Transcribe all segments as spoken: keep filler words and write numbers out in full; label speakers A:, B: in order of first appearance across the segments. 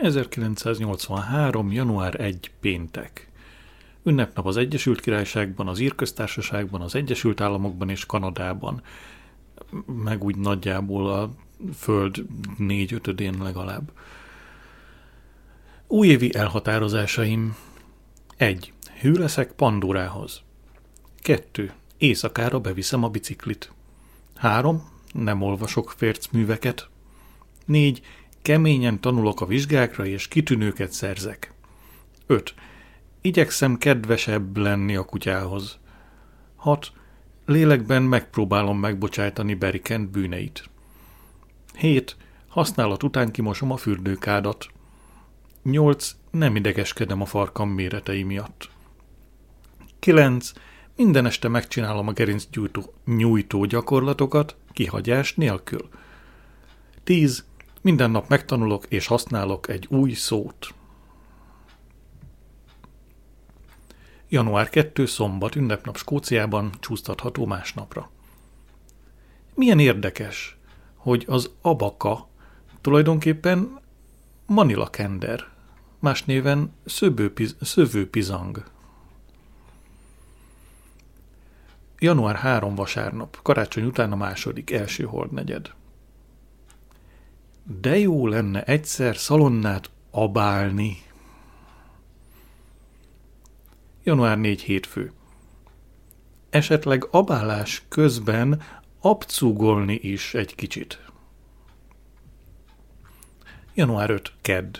A: ezerkilencszáznyolcvanhárom. január elseje péntek. Ünnepnap az Egyesült Királyságban, az Ír Köztársaságban, az Egyesült Államokban és Kanadában. Meg úgy nagyjából a föld négy-ötödén legalább. Újévi elhatározásaim. egy. Hű leszek Pandórához. kettő. Éjszakára beviszem a biciklit. három. Nem olvasok fércműveket. négy. Keményen tanulok a vizsgákra és kitűnőket szerzek. öt. Igyekszem kedvesebb lenni a kutyához. hat. Lélekben megpróbálom megbocsájtani Barry Kent bűneit. hét. Használat után kimosom a fürdőkádat. nyolc. Nem idegeskedem a farkam méretei miatt. kilenc. Minden este megcsinálom a gerinc nyújtó gyakorlatokat, kihagyás nélkül. tíz. Minden nap megtanulok és használok egy új szót. január kettő. Szombat, ünnepnap Skóciában, csúsztatható másnapra. Milyen érdekes, hogy az abaka tulajdonképpen Manila kender, más néven szövőpiz, szövőpizang. január harmadika. Vasárnap, karácsony után a második, első holdnegyed. De jó lenne egyszer szalonnát abálni. január negyedike. Hétfő. Esetleg abálás közben abcugolni is egy kicsit. január ötödike. Kedd.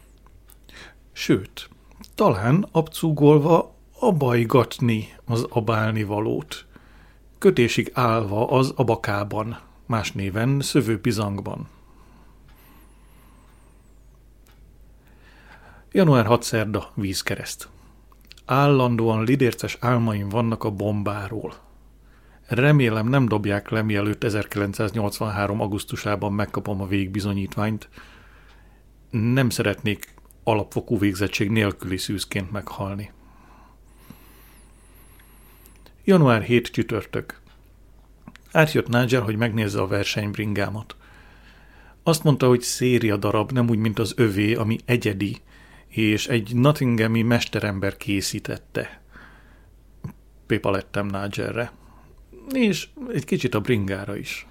A: Sőt, talán abcugolva abajgatni az abálni valót. Kötésig állva az abakában, más néven szövőpizangban. január hatodika. Szerda. Vízkereszt. Állandóan lidérces álmaim vannak a bombáról. Remélem nem dobják le, mielőtt ezerkilencszáznyolcvanhárom. augusztusában megkapom a végbizonyítványt. Nem szeretnék alapfokú végzettség nélküli szűzként meghalni. január hetedike. Csütörtök. Átjött Nigel, hogy megnézze a versenybringámat. Azt mondta, hogy széria darab, nem úgy, mint az övé, ami egyedi, és egy nottinghami mesterember készítette. Pépa lettem Nigelre. És egy kicsit a bringára is.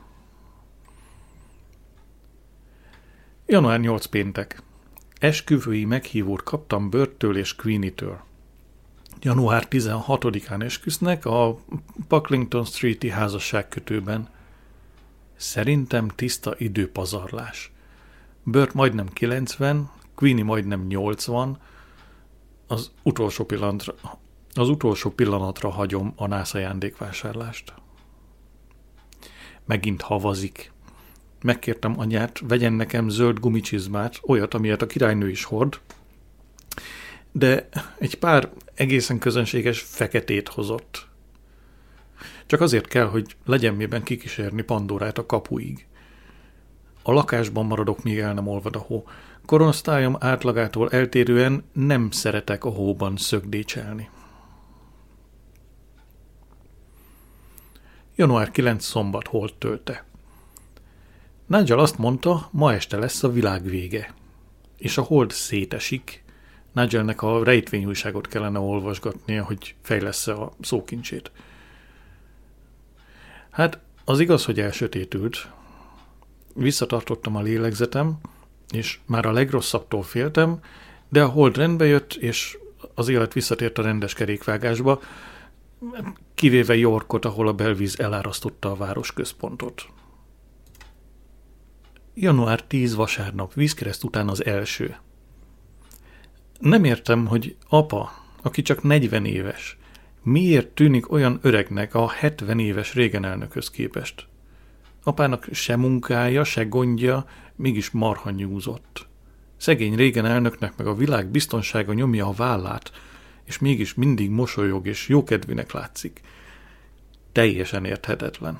A: január nyolcadika. Péntek. Esküvői meghívót kaptam Bird-től és Queenie-től. január tizenhatodikán esküsznek a Pocklington Street-i házasságkötőben. Szerintem tiszta időpazarlás. Bird majdnem kilencven, Queenie majdnem nyolcvan, az utolsó pillanatra, az utolsó pillanatra hagyom a nász ajándékvásárlást. Megint havazik. Megkértem anyát, vegyen nekem zöld gumicsizmát, olyat, amilyet a királynő is hord, de egy pár egészen közönséges feketét hozott. Csak azért kell, hogy legyen miben kikísérni Pandórát a kapuig. A lakásban maradok, míg el nem olvad a hó. Korosztályom átlagától eltérően nem szeretek a hóban szögdécselni. január kilencedike. Szombat. Holdtölte. Nigel azt mondta, ma este lesz a világ vége, és a hold szétesik. Nigelnek a rejtvényújságot kellene olvasgatnia, hogy fejlessze a szókincsét. Hát, az igaz, hogy elsötétült. Visszatartottam a lélegzetem, és már a legrosszabbtól féltem, de a hold rendbe jött, és az élet visszatért a rendes kerékvágásba, kivéve Yorkot, ahol a belvíz elárasztotta a városközpontot. január tízedike. Vasárnap, vízkereszt után az első. Nem értem, hogy apa, aki csak negyven éves, miért tűnik olyan öregnek a hetven éves Reagan elnökhöz képest. Apának se munkája, se gondja, mégis marha nyúzott. Szegény Reagan elnöknek meg a világ biztonsága nyomja a vállát, és mégis mindig mosolyog és jókedvének látszik. Teljesen érthetetlen.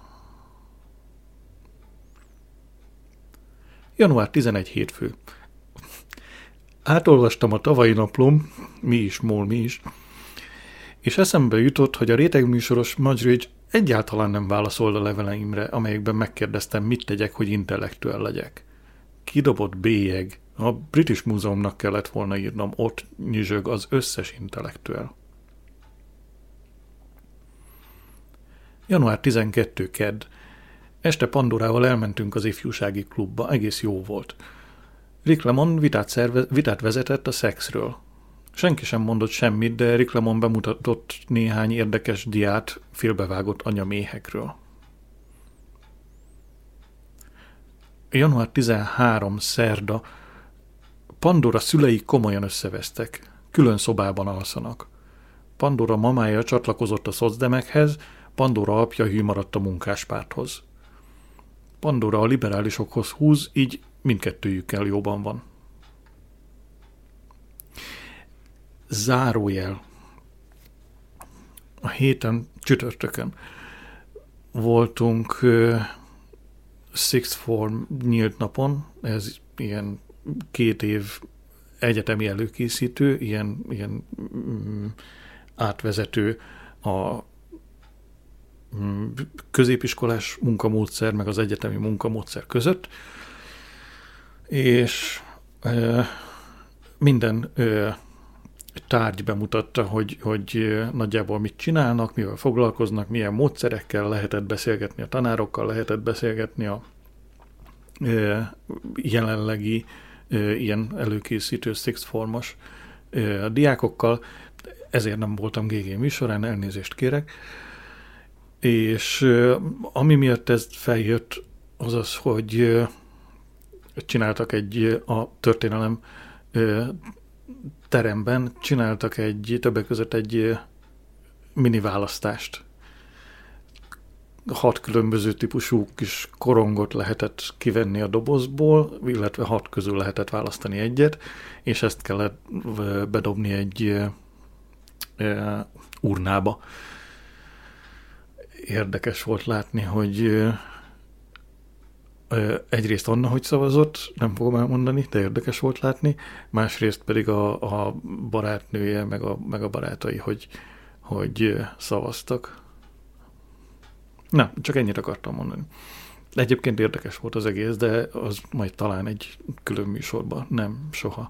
A: január tizenegyedike. Hétfő. Átolvastam a tavalyi naplom, mi is, mól, mi is, és eszembe jutott, hogy a rétegműsoros Mudgeridge egyáltalán nem válaszolt a leveleimre, amelyekben megkérdeztem, mit tegyek, hogy intellektuel legyek. kidobott bélyeg. A British Múzeumnak kellett volna írnom, ott nyüzsög az összes intellektuel. január tizenkettő kedd. Este Pandorával elmentünk az ifjúsági klubba, egész jó volt. Rick Lemon vitát, szerve, vitát vezetett a szexről. Senki sem mondott semmit, de Rick Lemon bemutatott néhány érdekes diát félbevágott anyaméhekről. január tizenharmadika szerda. Pandora szülei komolyan összevesztek. Külön szobában alszanak. Pandora mamája csatlakozott a szocdemekhez, Pandora apja hű maradt a munkáspárthoz. Pandora a liberálisokhoz húz, így mindkettőjükkel jóban van. Zárójel. A héten csütörtökön voltunk uh, Sixth Form nyílt napon, ez ilyen két év egyetemi előkészítő, ilyen, ilyen mm, átvezető a mm, középiskolás munkamódszer meg az egyetemi munkamódszer között, és uh, minden uh, tárgy bemutatta, hogy, hogy nagyjából mit csinálnak, mivel foglalkoznak, milyen módszerekkel, lehetett beszélgetni a tanárokkal, lehetett beszélgetni a jelenlegi ilyen előkészítő sixth formos diákokkal, ezért nem voltam gé gé műsorán, elnézést kérek, és ami miatt ez feljött, az az, hogy csináltak egy a történelem teremben csináltak egy, többek között egy mini választást. Hat különböző típusú kis korongot lehetett kivenni a dobozból, illetve hat közül lehetett választani egyet, és ezt kellett bedobni egy e, urnába. Érdekes volt látni, hogy egyrészt Anna, hogy szavazott, nem fogom elmondani, de érdekes volt látni, másrészt pedig a, a barátnője, meg a, meg a barátai, hogy, hogy szavaztak. Na, csak ennyit akartam mondani. Egyébként érdekes volt az egész, de az majd talán egy külön műsorban, nem soha.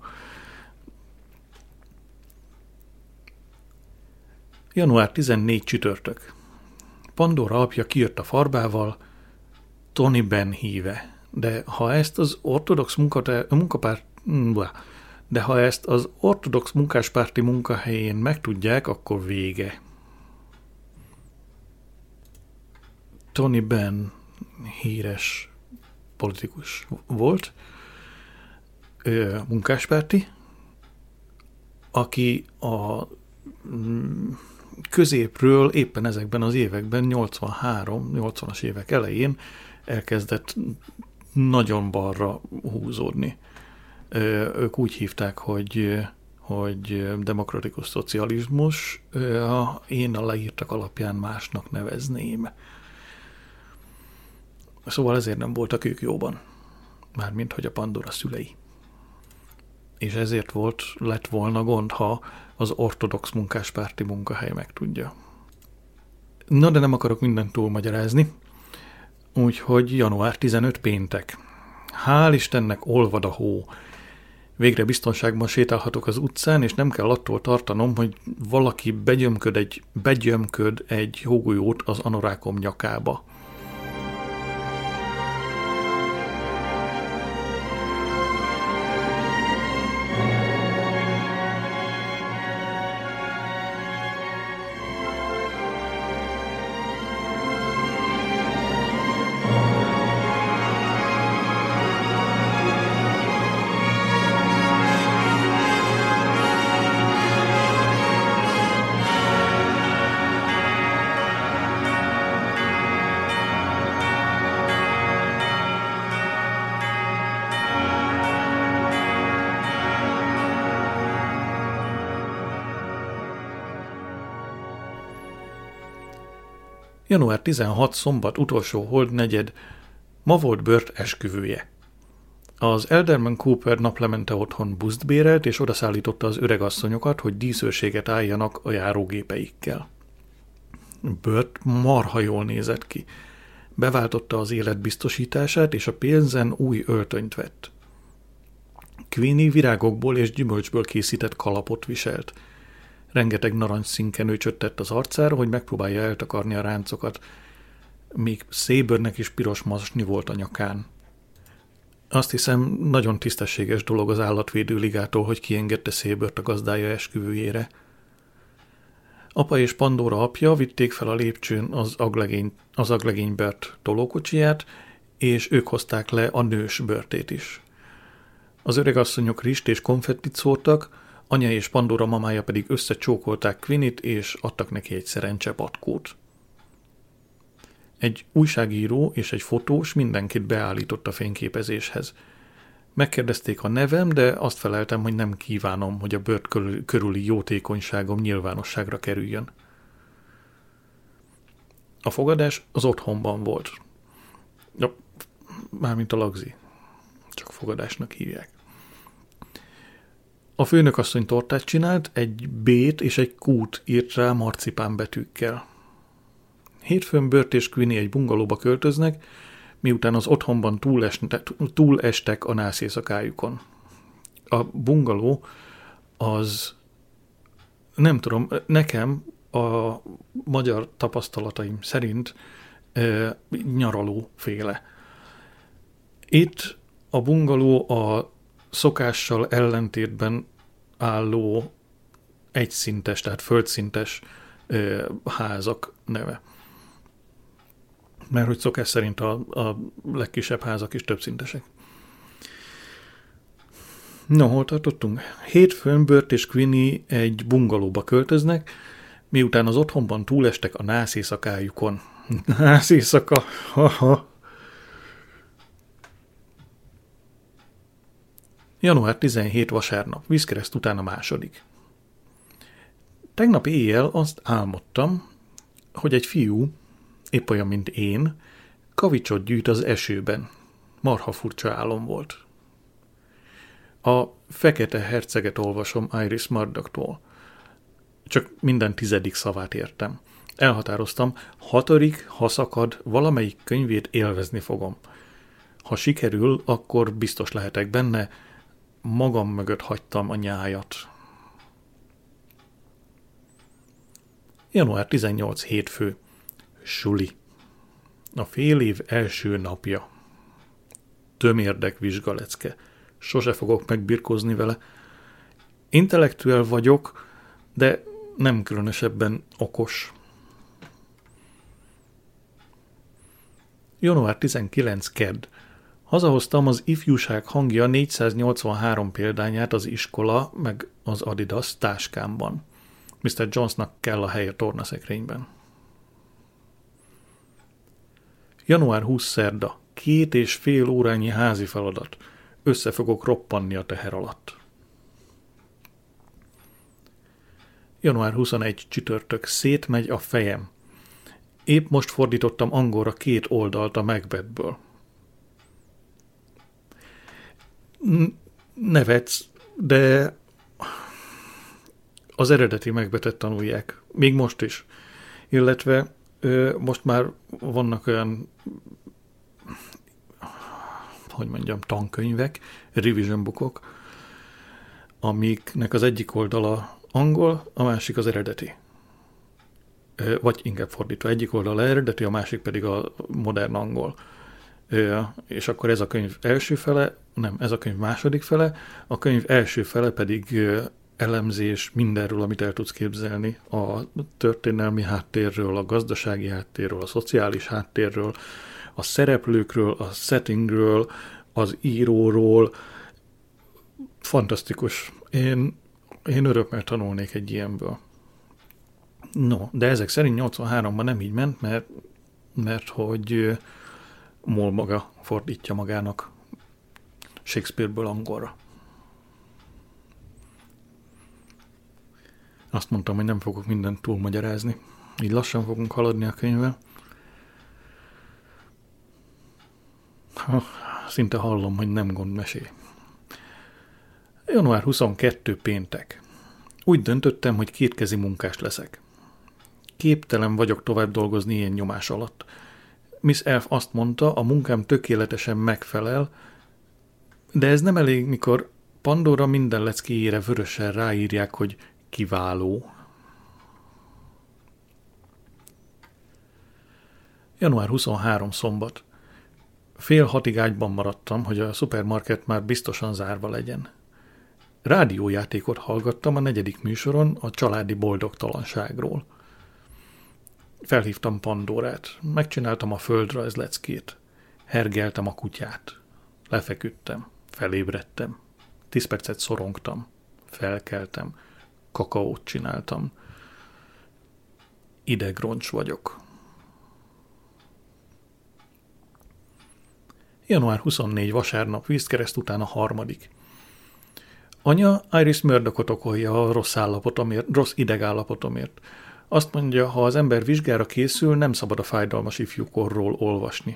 A: január tizennégyedike csütörtök. Pandora apja kijött a farbával, Tony Benn híve. De ha ezt az ortodox munkapárt, de ha ezt az ortodox munkáspárti munkahelyén megtudják, akkor vége. Tony Benn híres politikus volt, munkáspárti, aki a középről éppen ezekben az években, nyolcvanhárom nyolcvanas évek elején elkezdett nagyon balra húzódni. Ők úgy hívták, hogy, hogy demokratikus szocializmus, én a leírtak alapján másnak nevezném. Szóval ezért nem voltak ők jóban. Mármint, hogy a Pandora szülei. És ezért volt, lett volna gond, ha az ortodox munkáspárti munkahely megtudja. Na, de nem akarok mindent túlmagyarázni. Úgyhogy január tizenötödike péntek. Hál' Istennek olvad a hó. Végre biztonságban sétálhatok az utcán, és nem kell attól tartanom, hogy valaki begyömköd egy, begyömköd egy hógolyót az anorákom nyakába. január tizenhatodika szombat utolsó holdnegyed, ma volt Bört esküvője. Az Elderman Cooper naplemente otthon buszt bérelt, és odaszállította az öregasszonyokat, hogy díszőrséget álljanak a járógépeikkel. Bört marha jól nézett ki. Beváltotta az életbiztosítását, és a pénzen új öltönyt vett. Queenie virágokból és gyümölcsből készített kalapot viselt. Rengeteg narancsszínkenő csöttett az arcára, hogy megpróbálja eltakarni a ráncokat, míg Sabernek is piros masni volt a nyakán. Azt hiszem, nagyon tisztességes dolog az állatvédő ligától, hogy kiengedte Sabert a gazdája esküvőjére. Apa és Pandora apja vitték fel a lépcsőn az aglegény, az aglegénybert tolókocsiját, és ők hozták le a nős börtét is. Az öregasszonyok rist és konfettit szórtak, anya és Pandora mamája pedig összecsókolták Queenie-t, és adtak neki egy szerencse patkót. Egy újságíró és egy fotós mindenkit beállított a fényképezéshez. Megkérdezték a nevem, de azt feleltem, hogy nem kívánom, hogy a bört körüli jótékonyságom nyilvánosságra kerüljön. A fogadás az otthonban volt. Ja, mármint a lagzi. Csak fogadásnak hívják. A főnökasszony tortát csinált, egy B-t és egy Q-t írt rá marcipán betűkkel. Hétfőn Bert és Queenie egy bungalóba költöznek, miután az otthonban túlestek a nászéjszakájukon. A bungaló az, nem tudom, nekem a magyar tapasztalataim szerint e, nyaralóféle. Itt a bungaló a szokással ellentétben álló egyszintes, tehát földszintes e, házak neve. Mert hogy szokás szerint a, a legkisebb házak is többszintesek. No, hol tartottunk? Hétfőn Bert és Queenie egy bungalóba költöznek, miután az otthonban túlestek a nászéjszakájukon. Nászéjszaka, haha. január tizenhetedike vasárnap, vízkereszt után a második. Tegnap éjjel azt álmodtam, hogy egy fiú, épp olyan, mint én, kavicsot gyűjt az esőben. Marha furcsa álom volt. A Fekete herceget olvasom Iris Murdochtól. Csak minden tizedik szavát értem. Elhatároztam, hatodik, ha szakad, valamelyik könyvét élvezni fogom. Ha sikerül, akkor biztos lehetek benne, magam mögött hagytam a nyájat. január tizennyolcadika hétfő. Suli. A fél év első napja. Tömérdek vizsgalecke. Sose fogok megbirkózni vele. Intellektuel vagyok, de nem különösebben okos. január tizenkilencedike kedd. Hazahoztam az ifjúság hangja négyszáznyolcvanhárom példányát az iskola meg az Adidas táskámban. miszter Jonesnak kell a hely a tornaszekrényben. január huszadika szerda. Két és fél órányi házi feladat. Össze fogok roppanni a teher alatt. január huszonegyedike csütörtök. Szétmegy a fejem. Épp most fordítottam angolra két oldalt a Macbethből. Nevetsz, de az eredeti Macbethet tanulják. Még most is. Illetve ö, most már vannak olyan, hogy mondjam, tankönyvek, revision bookok, amiknek az egyik oldala angol, a másik az eredeti. Ö, vagy inkább fordítva, egyik oldala eredeti, a másik pedig a modern angol. Ö, és akkor ez a könyv első fele, nem, ez a könyv második fele, a könyv első fele pedig ö, elemzés mindenről, amit el tudsz képzelni, a történelmi háttérről, a gazdasági háttérről, a szociális háttérről, a szereplőkről, a settingről, az íróról. Fantasztikus. Én, én örömmel tanulnék egy ilyenből. No, de ezek szerint nyolcvanháromban nem így ment, mert, mert hogy Moll maga fordítja magának Shakespeare-ből angolra. Azt mondtam, hogy nem fogok mindent túlmagyarázni. Így lassan fogunk haladni a könyvvel. Ha, szinte hallom, hogy nem gondmesé. január huszonkettedike péntek. Úgy döntöttem, hogy kétkezi munkás leszek. Képtelen vagyok tovább dolgozni ilyen nyomás alatt. Miss Elf azt mondta, a munkám tökéletesen megfelel, de ez nem elég, mikor Pandora minden leckéjére vörösen ráírják, hogy kiváló. január huszonharmadika szombat. Fél hatig ágyban maradtam, hogy a szupermarket már biztosan zárva legyen. Rádiójátékot hallgattam a negyedik műsoron a családi boldogtalanságról. Felhívtam Pandorát, megcsináltam a földrajz leckét, hergeltem a kutyát, lefeküdtem, felébredtem, tíz percet szorongtam, felkeltem, kakaót csináltam. Idegroncs vagyok. január huszonnegyedike vasárnap, vízkereszt után a harmadik. Anya Iris Murdochot okolja a rossz, állapotomért, rossz idegállapotomért. Azt mondja, ha az ember vizsgára készül, nem szabad a fájdalmas ifjúkorról olvasni.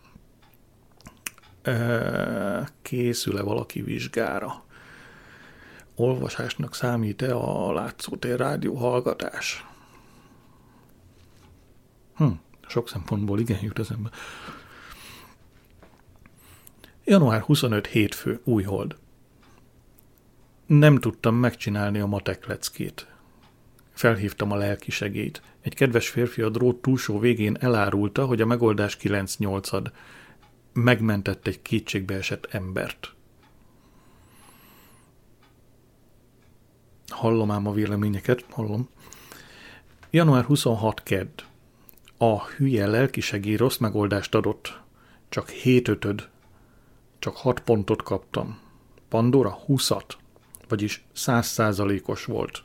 A: Készül-e valaki vizsgára? Olvasásnak számít-e a látszótér rádió hallgatás? Hm, sok szempontból igen jut az ember. január huszonötödike hétfő, Újhold. Nem tudtam megcsinálni a matek leckét. Felhívtam a lelkisegélyt. Egy kedves férfi a drót túlsó végén elárulta, hogy a megoldás kilenc nyolcad. Megmentett egy kétségbeesett embert. Hallom ám a véleményeket, hallom. január huszonhatodika kedd. A hülye lelkisegély rossz megoldást adott. Csak hét ötöd. Csak hat pontot kaptam. Pandora húszat, vagyis száz százalékos volt.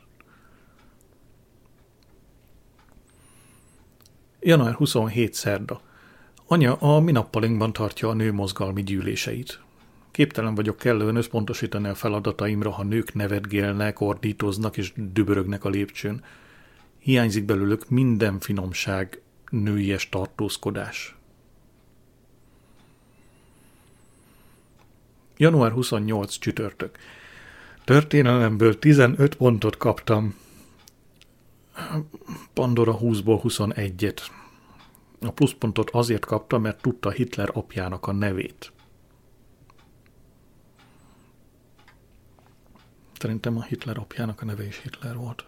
A: január huszonhetedike szerda. Anya a minappalinkban tartja a nőmozgalmi gyűléseit. Képtelen vagyok kellően összpontosítani a feladataimra, ha nők nevetgélnek, ordítoznak és dübörögnek a lépcsőn. Hiányzik belőlük minden finomság, nőies tartózkodás. január huszonnyolcadika csütörtök. Történelemből tizenöt pontot kaptam. Pandora húszból huszonegyet. A pluszpontot azért kaptam, mert tudta Hitler apjának a nevét. Szerintem a Hitler apjának a neve is Hitler volt.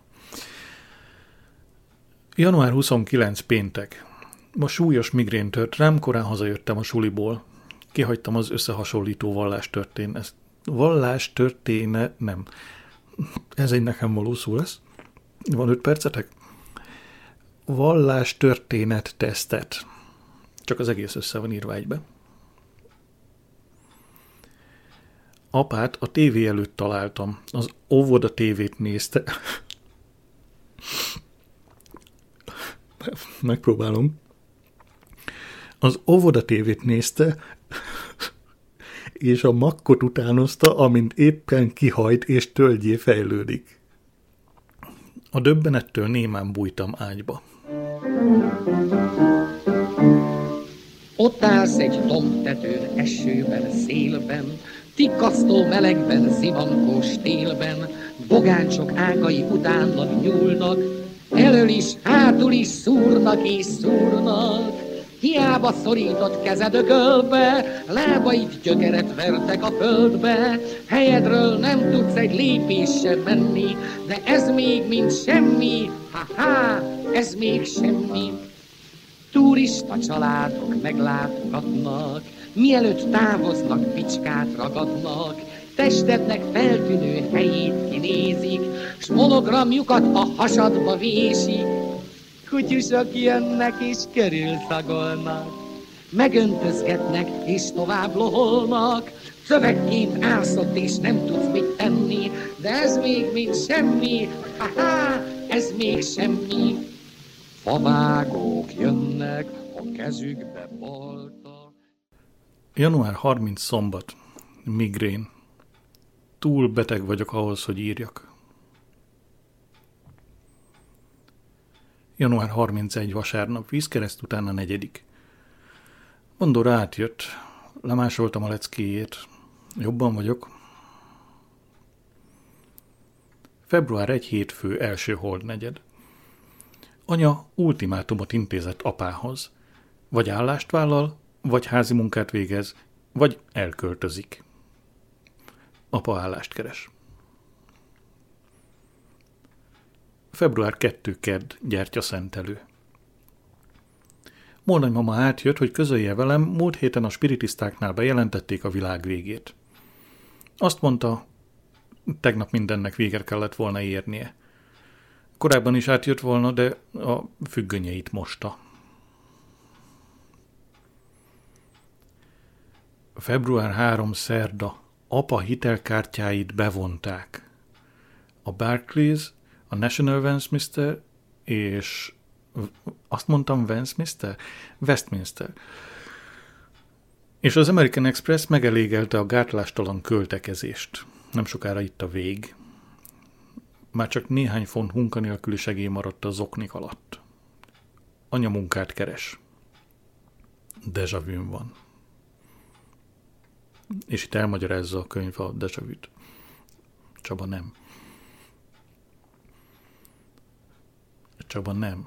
A: január huszonkilencedike péntek. Ma súlyos migrén tört rám, korán hazajöttem a suliból. Kihagytam az összehasonlító vallástörténet. Vallástörténet, nem. Ez egy nekem való szó lesz. Van öt percetek? Vallástörténet tesztet. Csak az egész össze van írva egybe. Apát a tévé előtt találtam. Az óvoda tévét nézte. Megpróbálom. Az óvoda tévét nézte, és a makkot utánozta, amint éppen kihajt és tölgyé fejlődik. A döbbenettől némán bújtam ágyba.
B: Ott állsz egy dombtetőn, esőben, szélben, tikkasztó melegben, szivankós télben, bogáncsok ágai utánad nyúlnak, elől is, hátul is szúrnak és szúrnak. Hiába szorított kezed ökölbe, lábaid gyökeret vertek a földbe, helyedről nem tudsz egy lépéssel menni, de ez még mind semmi, ha-ha, ez még semmi. Turista családok meglátogatnak, mielőtt távoznak, picskát ragadnak, testednek feltűnő helyét kinézik, s monogramjukat a hasadba vésik. Kutyusok jönnek és körülszagolnak, megöntözgetnek és tovább loholnak, szövegként állsz ott és nem tudsz mit tenni, de ez még mind semmi, ha-ha, ez még semmi. Favágók jönnek, a kezükbe balta.
A: január harmincadika szombat. Migrén. Túl beteg vagyok ahhoz, hogy írjak. január harmincegyedike vasárnap, vízkereszt után a negyedik. Pandora átjött, lemásoltam a leckéjét. Jobban vagyok. február elsejé hétfő, első holdnegyed. Anya ultimátumot intézett apához. Vagy állást vállal, vagy házi munkát végez, vagy elköltözik. Apa állást keres. február kettő kedd, gyertyaszentelő. Molnagymama átjött, hogy közölje velem, múlt héten a spiritistáknál bejelentették a világ végét. Azt mondta, tegnap mindennek véget kellett volna érnie. Korábban is átjött volna, de a függönyeit mosta. február harmadika szerda. Apa hitelkártyáit bevonták. A Barclays, a National Westminster és azt mondtam Westminster? Westminster. És az American Express megelégelte a gátlástalan költekezést. Nem sokára itt a vég. Már csak néhány font munkanélküli segély maradt a zoknik alatt. Anya munkát keres. Déjà vu van. És itt elmagyarázza a könyv a déjà vu-t. Csaba nem. Csaba nem.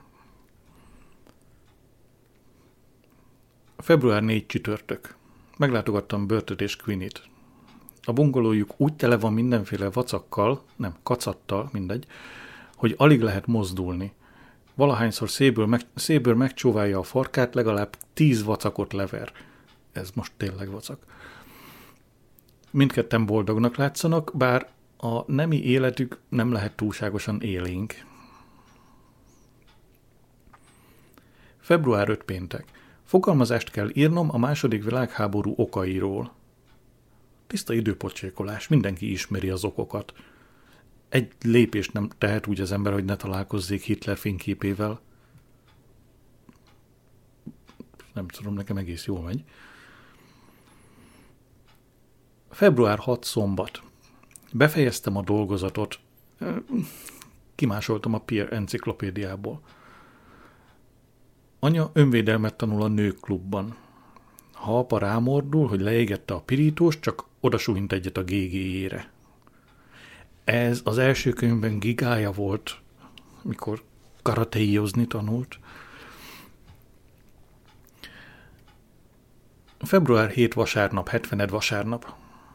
A: február negyedike csütörtök. Meglátogattam Bertot és Queenie-t. A bungolójuk úgy tele van mindenféle vacakkal, nem, kacattal, mindegy, hogy alig lehet mozdulni. Valahányszor széből, meg, széből megcsóválja a farkát, legalább tíz vacakot lever. Ez most tényleg vacak. Mindketten boldognak látszanak, bár a nemi életük nem lehet túlságosan élénk. február ötödike péntek. Fogalmazást kell írnom a második világháború okairól. Tiszta időpocsékolás, mindenki ismeri az okokat. Egy lépést nem tehet úgy az ember, hogy ne találkozzék Hitler fényképével. Nem tudom, nekem egész jól megy. február hatodika szombat. Befejeztem a dolgozatot. Kimásoltam a Peer enciklopédiából. Anya önvédelmet tanul a nők klubban. Ha apa rámordul, hogy leégette a pirítóst, csak odasuhint egyet a gé gé-jére. Ez az első könyvben gigája volt, mikor karatéizni tanult. február hetedike vasárnap, hetvened vasárnap.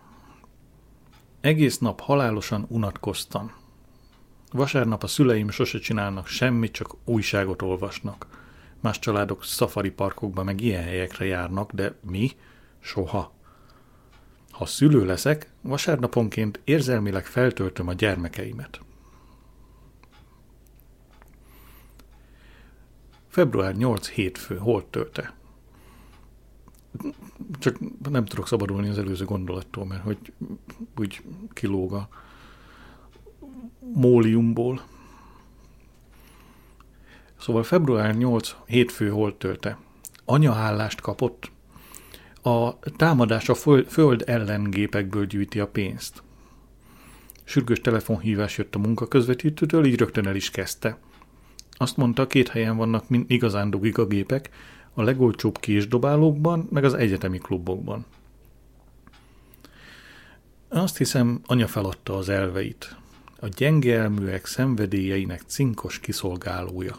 A: Egész nap halálosan unatkoztam. Vasárnap a szüleim sose csinálnak semmit, csak újságot olvasnak. Más családok szafari parkokba meg ilyen helyekre járnak, de mi? Soha. Ha szülő leszek, vasárnaponként érzelmileg feltöltöm a gyermekeimet. február nyolcadika hétfő, holdtölte. Csak nem tudok szabadulni az előző gondolattól, mert hogy úgy kilóg a móliumból. Szóval február nyolcadika hétfő holdtölte. Anya állást kapott. A támadás a föld ellengépekből gyűjti a pénzt. Sürgős telefonhívás jött a munkaközvetítőtől, így rögtön el is kezdte. Azt mondta, két helyen vannak igazán gigagépek, a legolcsóbb késdobálókban, meg az egyetemi klubokban. Azt hiszem, anya feladta az elveit. A gyenge elműek szenvedélyeinek cinkos kiszolgálója.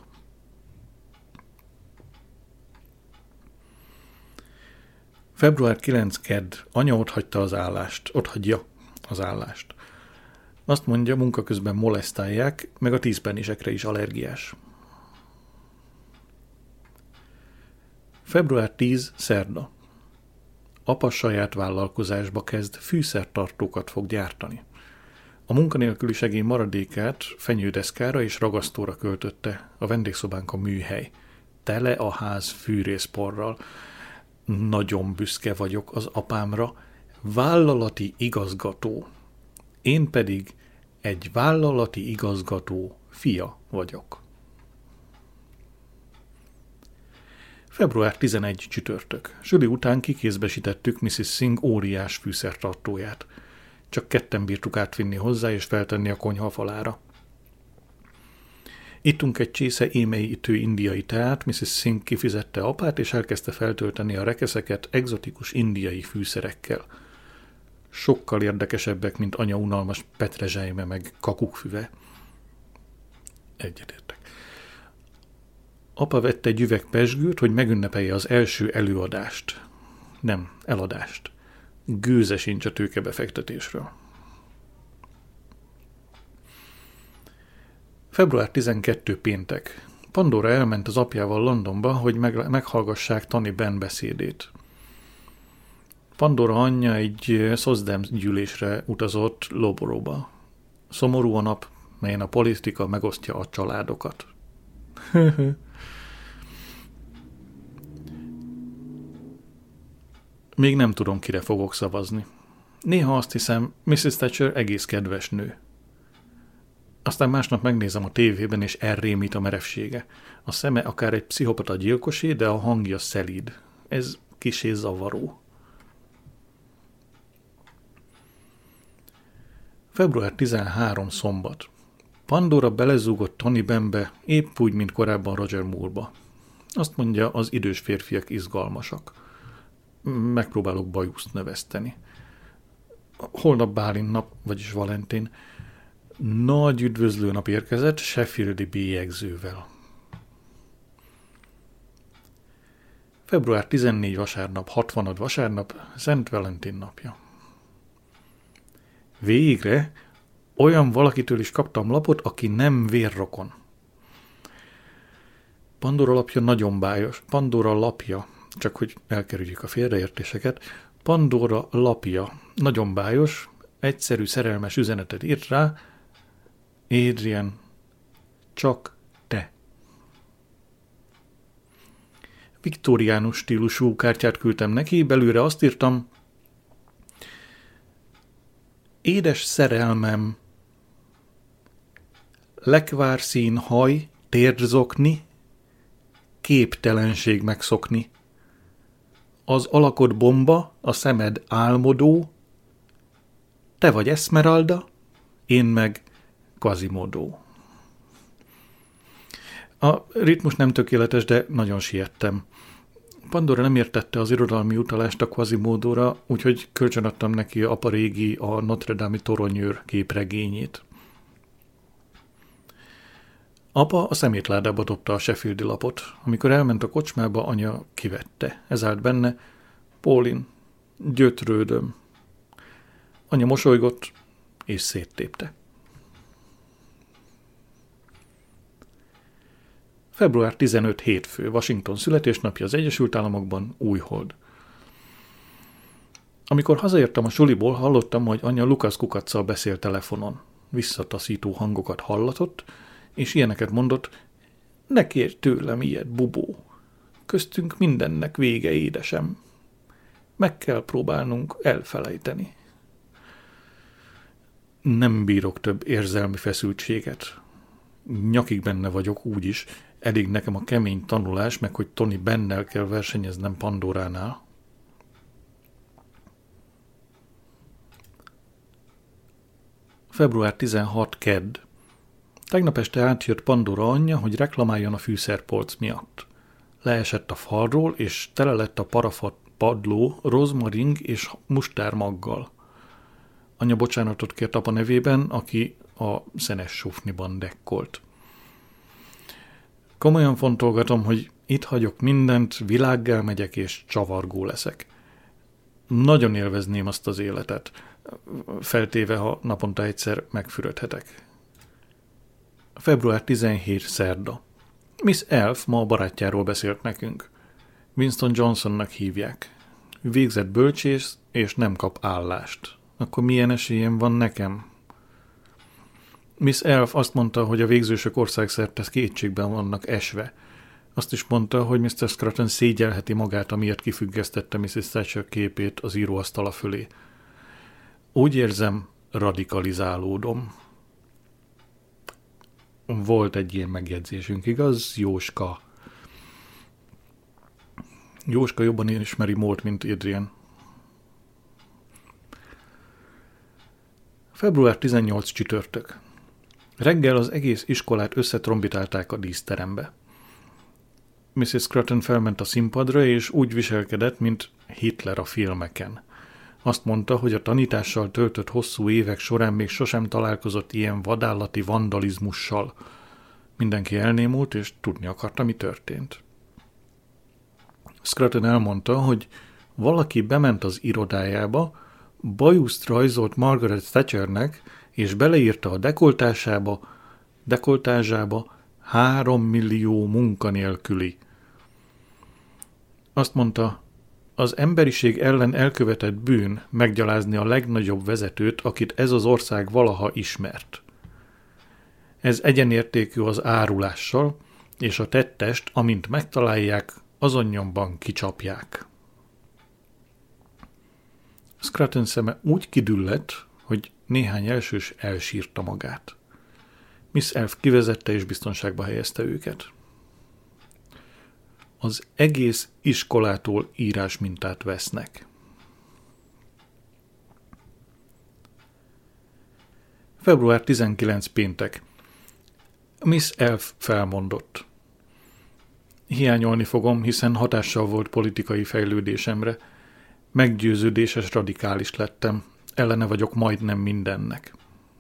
A: február kilencedike kedd. Anya otthagyta az állást. Otthagyja az állást. Azt mondja, munka közben molesztálják, meg a tízpennisekre is allergiás. február tizedike szerda. Apa saját vállalkozásba kezd, fűszertartókat fog gyártani. A munkanélküli segély maradékát fenyődeszkára és ragasztóra költötte, a vendégszobánk a műhely. Tele a ház fűrészporral. Nagyon büszke vagyok az apámra. Vállalati igazgató. Én pedig egy vállalati igazgató fia vagyok. február tizenegyedike csütörtök. Süli után kikézbesítettük missziz Singh óriás fűszertartóját. Csak ketten bírtuk átvinni hozzá és feltenni a konyha falára. Ittunk egy csésze émei ütő indiai teát, missziz Singh kifizette apát, és elkezdte feltölteni a rekeszeket egzotikus indiai fűszerekkel. Sokkal érdekesebbek, mint anya unalmas petrezselyme meg kakukfüve. Egyetértek. Apa vette egy üveg pezsgőt, hogy megünnepelje az első előadást. Nem, eladást. Gőze sincs a tőkebefektetésről. február tizenkettő péntek. Pandora elment az apjával Londonba, hogy meg, meghallgassák Tony Benn beszédét. Pandora anyja egy SOSDEM gyűlésre utazott Loughboroughba. Szomorú a nap, melyen a politika megosztja a családokat. Még nem tudom, kire fogok szavazni. Néha azt hiszem, missziz Thatcher egész kedves nő. Aztán másnap megnézem a tévében, és elrémít a merevsége. A szeme akár egy pszichopata gyilkosé, de a hangja szelíd. Ez kissé zavaró. február tizenharmadika szombat. Pandora belezúgott Tony Bennbe, épp úgy, mint korábban Roger Moore-ba. Azt mondja, az idős férfiak izgalmasak. Megpróbálok bajuszt növeszteni. Holnap Bálint nap, vagyis Valentin. Nagy üdvözlőnap érkezett Sheffieldi bélyegzővel. február tizennégyedike vasárnap, hatvanad vasárnap, Szent Valentin napja. Végre olyan valakitől is kaptam lapot, aki nem vérrokon. Pandora lapja nagyon bájos. Pandora lapja, csak hogy elkerüljük a félreértéseket, Pandora lapja nagyon bájos, egyszerű szerelmes üzenetet írt rá: Adrian, csak te. Viktóriánus stílusú kártyát küldtem neki, belőle azt írtam: édes szerelmem, lekvárszín haj, térzokni, képtelenség megszokni. Az alakod bomba, a szemed álmodó, te vagy Esmeralda, én meg Quasimodo. A ritmus nem tökéletes, de nagyon siettem. Pandora nem értette az irodalmi utalást a Quasimodóra, úgyhogy kölcsönadtam neki apa régi, a Notre Dame-i toronyőr képregényét. Apa a szemétládába dobta a Sheffieldi lapot. Amikor elment a kocsmába, anya kivette. Ez állt benne: Pólin, gyötrődöm. Anya mosolygott, és széttépte. február tizenötödike hétfő, Washington születésnapja az Egyesült Államokban, újhold. Amikor hazaértem a suliból, hallottam, hogy anya Lukasz kukacccal beszél telefonon. Visszataszító hangokat hallatott, és ilyeneket mondott: ne kérj tőlem ilyet, bubó. Köztünk mindennek vége, édesem. Meg kell próbálnunk elfelejteni. Nem bírok több érzelmi feszültséget. Nyakig benne vagyok úgyis, elég nekem a kemény tanulás, meg hogy Tony Bennel kell versenyeznem Pandoránál. február tizenhatodika kedd. Tegnap este átjött Pandora anyja, hogy reklamáljon a fűszerpolc miatt. Leesett a falról, és tele lett a parafat padló rozmaring és mustármaggal. Anya bocsánatot kért apa nevében, aki a szenes sufniban dekkolt. Komolyan fontolgatom, hogy itt hagyok mindent, világgá megyek és csavargó leszek. Nagyon élvezném azt az életet, feltéve, ha naponta egyszer megfürödhetek. február tizenhetedike szerda. Miss Elf ma a barátjáról beszélt nekünk. Winston Johnsonnak hívják. Végzett bölcsész, és nem kap állást. Akkor milyen esélyem van nekem? Miss Elf azt mondta, hogy a végzősök országszerte kétségben vannak esve. Azt is mondta, hogy miszter Scruton szégyelheti magát, amiért kifüggesztette missziz Thatcher képét az íróasztala fölé. Úgy érzem, radikalizálódom. Volt egy ilyen megjegyzésünk, igaz, Jóska? Jóska jobban ismeri Mólt, mint Adrian. február tizennyolcadika csütörtök. Reggel az egész iskolát összetrombitálták a díszterembe. missziz Scruton felment a színpadra, és úgy viselkedett, mint Hitler a filmeken. Azt mondta, hogy a tanítással töltött hosszú évek során még sosem találkozott ilyen vadállati vandalizmussal. Mindenki elnémult, és tudni akarta, mi történt. Scruton elmondta, hogy valaki bement az irodájába, bajuszt rajzolt Margaret Thatchernek, és beleírta a dekoltásába: dekoltázsába három millió munkanélküli. Azt mondta, az emberiség ellen elkövetett bűn meggyalázni a legnagyobb vezetőt, akit ez az ország valaha ismert. Ez egyenértékű az árulással, és a tettest, amint megtalálják, azon nyomban kicsapják. Scruton szeme úgy kidüllett, hogy néhány elsős elsírta magát. Miss Elf kivezette és biztonságba helyezte őket. Az egész iskolától írásmintát vesznek. február tizenkilencedike péntek. Miss Elf felmondott. Hiányolni fogom, hiszen hatással volt politikai fejlődésemre. Meggyőződéses radikális lettem. Ellene vagyok majdnem mindennek.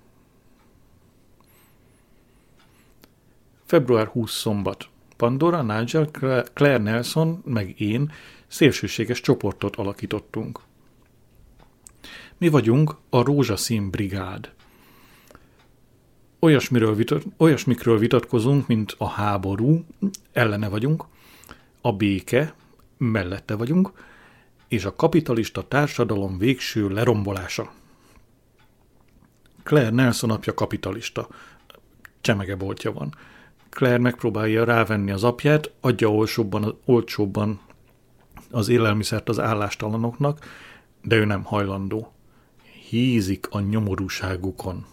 A: február huszadika szombat. Pandora, Nigel, Claire Nelson, meg én szélsőséges csoportot alakítottunk. Mi vagyunk a Rózsaszín Brigád. Olyasmiről vitat, olyasmikről vitatkozunk, mint a háború, ellene vagyunk, a béke, mellette vagyunk, és a kapitalista társadalom végső lerombolása. Claire Nelson apja kapitalista. Csemegeboltja van. Claire megpróbálja rávenni az apját, adja olcsóbban, olcsóbban az élelmiszert az állástalanoknak, de ő nem hajlandó. Hízik a nyomorúságukon.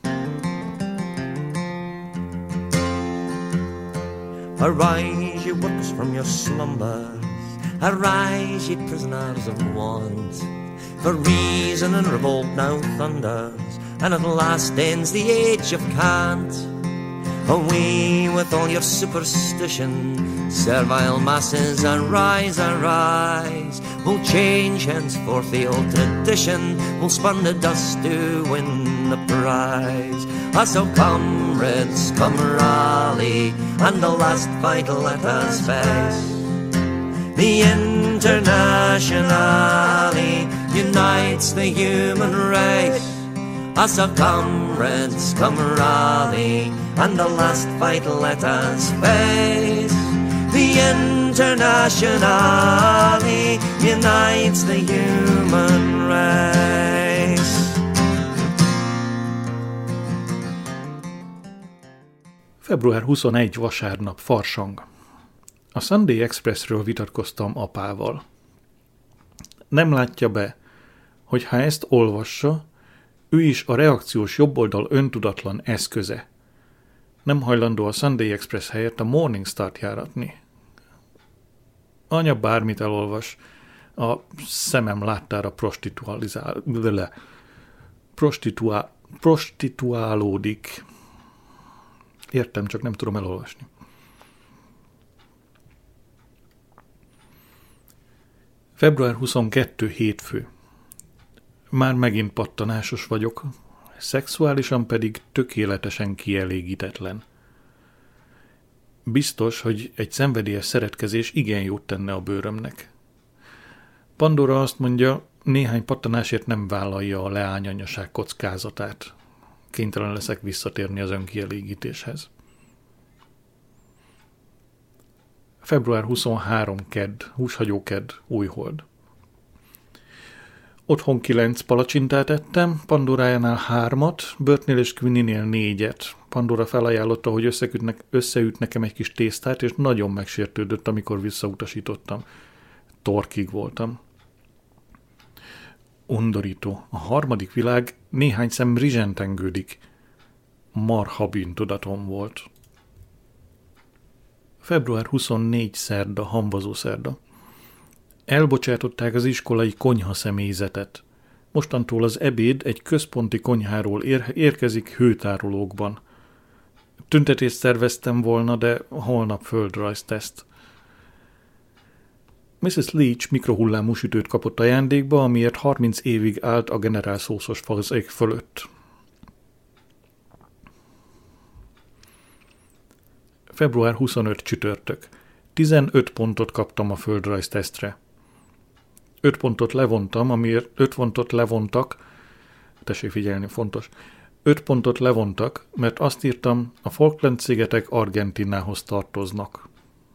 C: Arise, ye workers, from your slumbers. Arise, ye prisoners of want. For reason and revolt now thunders, and at last ends the age of cant. Away with all your superstition, servile masses, arise, arise. We'll change henceforth the old tradition, we'll spurn the dust to win the prize. Ah, so comrades, come rally, and the last fight let us face. The Internationale unites the human race. Us of comrades, come rally, and the last fight let us face. The Internationale unites the human race.
A: február huszonegyedike vasárnap, farsang. A Sunday Expressről vitatkoztam apával. Nem látja be, hogy ha ezt olvassa, ő is a reakciós jobboldal öntudatlan eszköze. Nem hajlandó a Sunday Express helyett a Morning Star-t járatni. Anya bármit elolvas, a szemem láttára prostitualizál, le, prostitua, prostituálódik. Értem, csak nem tudom elolvasni. február huszonkettedike hétfő. Már megint pattanásos vagyok, szexuálisan pedig tökéletesen kielégítetlen. Biztos, hogy egy szenvedélyes szeretkezés igen jót tenne a bőrömnek. Pandora azt mondja, néhány pattanásért nem vállalja a leányanyaság kockázatát. Kénytelen leszek visszatérni az önkielégítéshez. február huszonharmadika kedd, húshagyó kedd, újhold. Otthon kilenc palacsintát ettem, Pandorájánál hármat, Bertnél és Quinninél négyet. Pandora felajánlotta, hogy összeüt, összeüt nekem egy kis tésztát, és nagyon megsértődött, amikor visszautasítottam. Torkig voltam. Undorító. A harmadik világ néhány szem rizsentengődik. Marha bűntudatom volt. február huszonnegyedike szerda, hamvazó szerda. Elbocsátották az iskolai konyha személyzetet. Mostantól az ebéd egy központi konyháról ér- érkezik hőtárolókban. Tüntetést szerveztem volna, de holnap földrajzteszt. missziz Leach mikrohullámú sütőt kapott ajándékba, amiért harminc évig állt a generál szószos fazék fölött. február huszonötödike csütörtök. tizenöt pontot kaptam a földrajztesztre. öt pontot levontam, amiért öt pontot levontak, tessék figyelni, fontos, Öt pontot levontak, mert azt írtam, a Falkland-szigetek Argentinához tartoznak.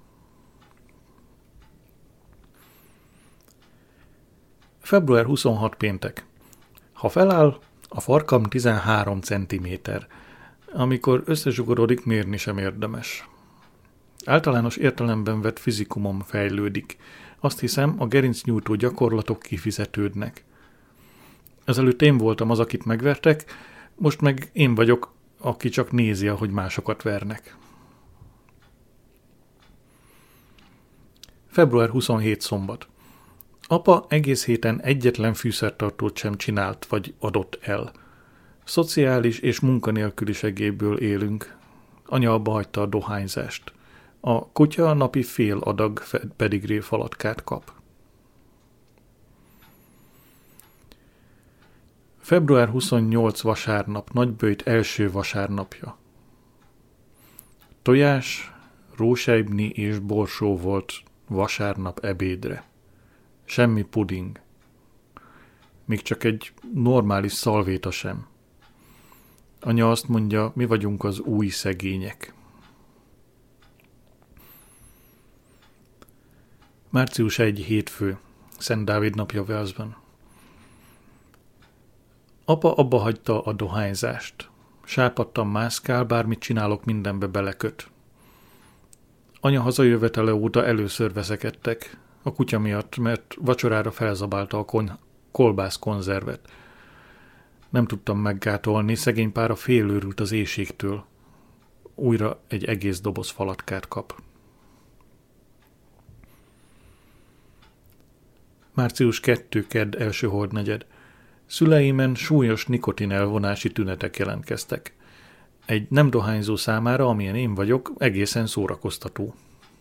A: február huszonhatodika péntek. Ha feláll, a farkam tizenhárom centiméter. Amikor összezsugorodik, mérni sem érdemes. Általános értelemben vett fizikumom fejlődik. Azt hiszem, a gerincnyújtó gyakorlatok kifizetődnek. Ezelőtt én voltam az, akit megvertek, most meg én vagyok, aki csak nézi, ahogy másokat vernek. február huszonhetedike szombat. Apa egész héten egyetlen fűszertartót sem csinált vagy adott el. Szociális és munkanélküli segélyből élünk. Anya abba hagyta a dohányzást. A kutya napi fél adag pedigré falatkát kap. február huszonnyolcadika vasárnap, Nagyböjt első vasárnapja. Tojás, rósejbni és borsó volt vasárnap ebédre. Semmi puding. Még csak egy normális szalvéta sem. Anya azt mondja, mi vagyunk az új szegények. március elsejé hétfő, Szent Dávid napja Walesben. Apa abba hagyta a dohányzást. Sápadtan mászkál, bármit csinálok, mindenbe beleköt. Anya hazajövetele óta először veszekedtek, a kutya miatt, mert vacsorára felzabálta a kon- kolbász konzervet. Nem tudtam meggátolni, szegény pára félőrült az éhségtől. Újra egy egész doboz falatkát kap. március elsejé kedd első hordnegyed. Szüleimen súlyos nikotin elvonási tünetek jelentkeztek. Egy nem dohányzó számára, amilyen én vagyok, egészen szórakoztató.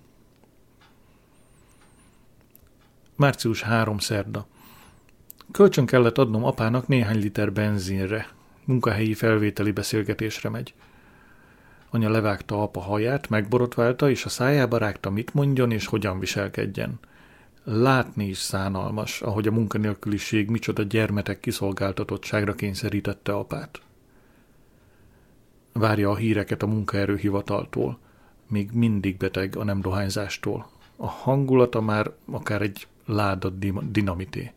A: március harmadika szerda. Kölcsön kellett adnom apának néhány liter benzinre. Munkahelyi felvételi beszélgetésre megy. Anya levágta apa haját, megborotválta, és a szájába rágta, mit mondjon és hogyan viselkedjen. Látni is szánalmas, ahogy a munkanélküliség micsoda gyermetek kiszolgáltatottságra kényszerítette apát. Várja a híreket a munkaerőhivataltól. Még mindig beteg a nem dohányzástól. A hangulata már akár egy láda dinamité.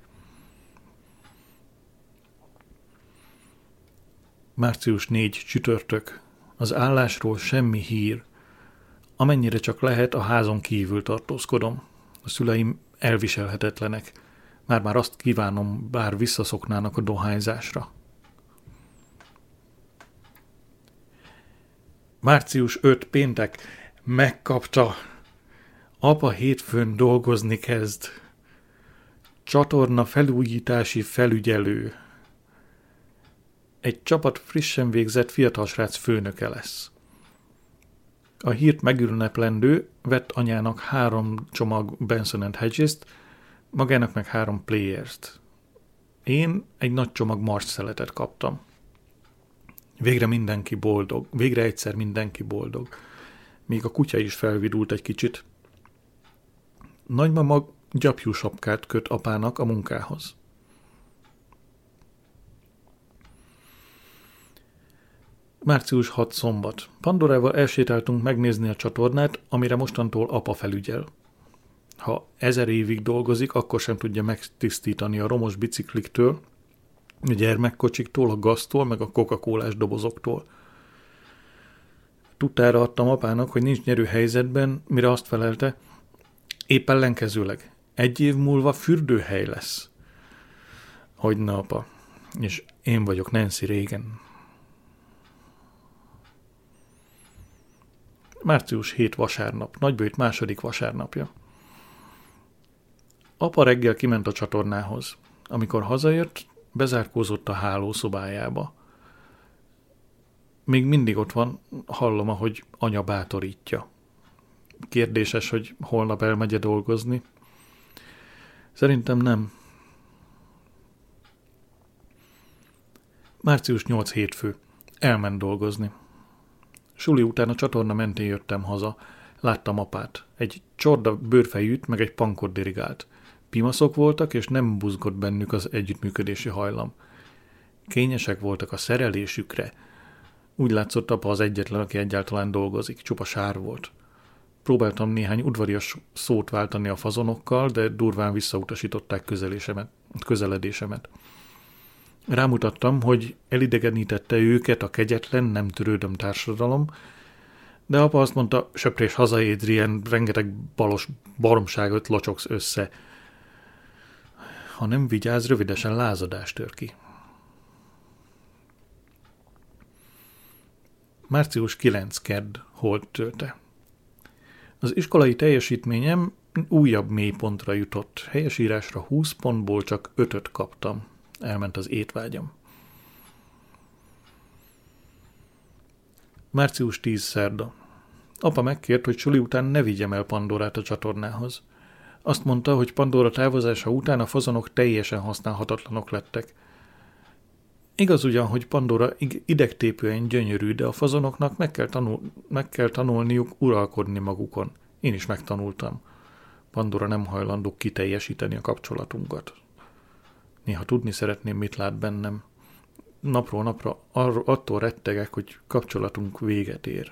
A: március negyedike csütörtök. Az állásról semmi hír. Amennyire csak lehet, a házon kívül tartózkodom. A szüleim elviselhetetlenek. Már-már azt kívánom, bár visszaszoknának a dohányzásra. március ötödike péntek. Megkapta. Apa hétfőn dolgozni kezd. Csatorna felújítási felügyelő. Egy csapat frissen végzett fiatal srác főnöke lesz. A hírt megünneplendő vett anyának három csomag Benson and Hedges-t, magának meg három Players-t. Én egy nagy csomag Mars szeletet kaptam. Végre mindenki boldog, végre egyszer mindenki boldog. Még a kutya is felvidult egy kicsit. Nagymama gyapjú sapkát köt apának a munkához. március hatodika szombat. Pandorával elsétáltunk megnézni a csatornát, amire mostantól apa felügyel. Ha ezer évig dolgozik, akkor sem tudja megtisztítani a romos bicikliktől, a gyermekkocsiktól, a gaztól, meg a Coca-Colás dobozoktól. Tudtára adtam apának, hogy nincs nyerő helyzetben, mire azt felelte, épp ellenkezőleg, egy év múlva fürdőhely lesz. Hogyne, apa, és én vagyok Nancy Reagan. március hetedike vasárnap, Nagyböjt második vasárnapja. Apa reggel kiment a csatornához. Amikor hazajött, bezárkózott a hálószobájába. Még mindig ott van, hallom, ahogy anya bátorítja. Kérdéses, hogy holnap elmegye dolgozni. Szerintem nem. március nyolcadika hétfő. Elment dolgozni. Suli után a csatorna mentén jöttem haza. Láttam apát. Egy csorda bőrfejűt, meg egy pankot dirigált. Pimaszok voltak, és nem buzgott bennük az együttműködési hajlam. Kényesek voltak a szerelésükre. Úgy látszott, apa az egyetlen, aki egyáltalán dolgozik, csupa sár volt. Próbáltam néhány udvarias szót váltani a fazonokkal, de durván visszautasították közeledésemet. Rámutattam, hogy elidegenítette őket a kegyetlen, nem törődöm társadalom, de apa azt mondta, söprés haza, Adrian, rengeteg balos baromságot locsogsz össze. Ha nem vigyáz, rövidesen lázadás tör ki. március kilencedike kedd, holdtölte. Az iskolai teljesítményem újabb mélypontra jutott. Helyesírásra húsz pontból csak ötöt kaptam. Elment az étvágyam. március tizedike szerda. Apa megkért, hogy suli után ne vigyem el Pandorát a csatornához. Azt mondta, hogy Pandora távozása után a fazonok teljesen használhatatlanok lettek. Igaz ugyan, hogy Pandora idegtépően gyönyörű, de a fazonoknak meg kell, tanul, meg kell tanulniuk uralkodni magukon. Én is megtanultam. Pandora nem hajlandó kiteljesíteni a kapcsolatunkat. Néha tudni szeretném, mit lát bennem. Napról napra arra, attól rettegek, hogy kapcsolatunk véget ér.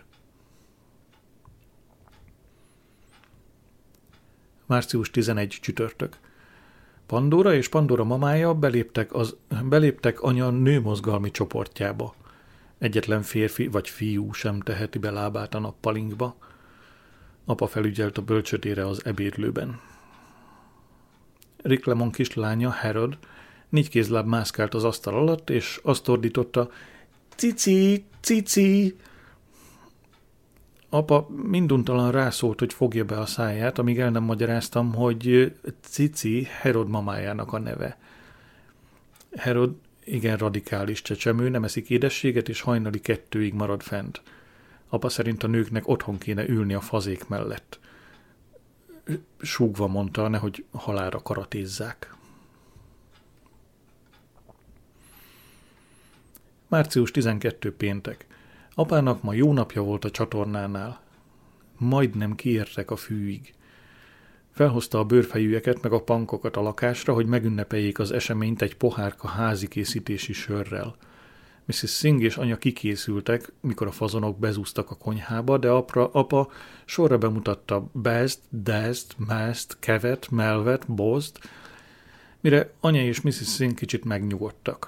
A: március tizenegyedike csütörtök. Pandora és Pandora mamája beléptek, az, beléptek anya nőmozgalmi csoportjába. Egyetlen férfi vagy fiú sem teheti be lábát a nappalinkba. Apa felügyelt a bölcsödére az ebédlőben. Rick Lemon kislánya, Herod, négy kézláb mászkált az asztal alatt, és azt ordította, cici, cici. Apa minduntalan rászólt, hogy fogja be a száját, amíg el nem magyaráztam, hogy Cici Herod mamájának a neve. Herod igen radikális csecsemő, nem eszik édességet, és hajnali kettőig marad fent. Apa szerint a nőknek otthon kéne ülni a fazék mellett. Súgva mondta, nehogy halálra karatézzák. március tizenkettedike péntek. Apának ma jó napja volt a csatornánál. Majdnem kiértek a fűig. Felhozta a bőrfejűeket meg a pankokat a lakásra, hogy megünnepeljék az eseményt egy pohárka házi készítési sörrel. missziz Singh és anya kikészültek, mikor a fazonok bezúztak a konyhába, de apra, apa sorra bemutatta Best, Dest, Mast, Kevet, Melvet, Bozt, mire anya és missziz Singh kicsit megnyugodtak.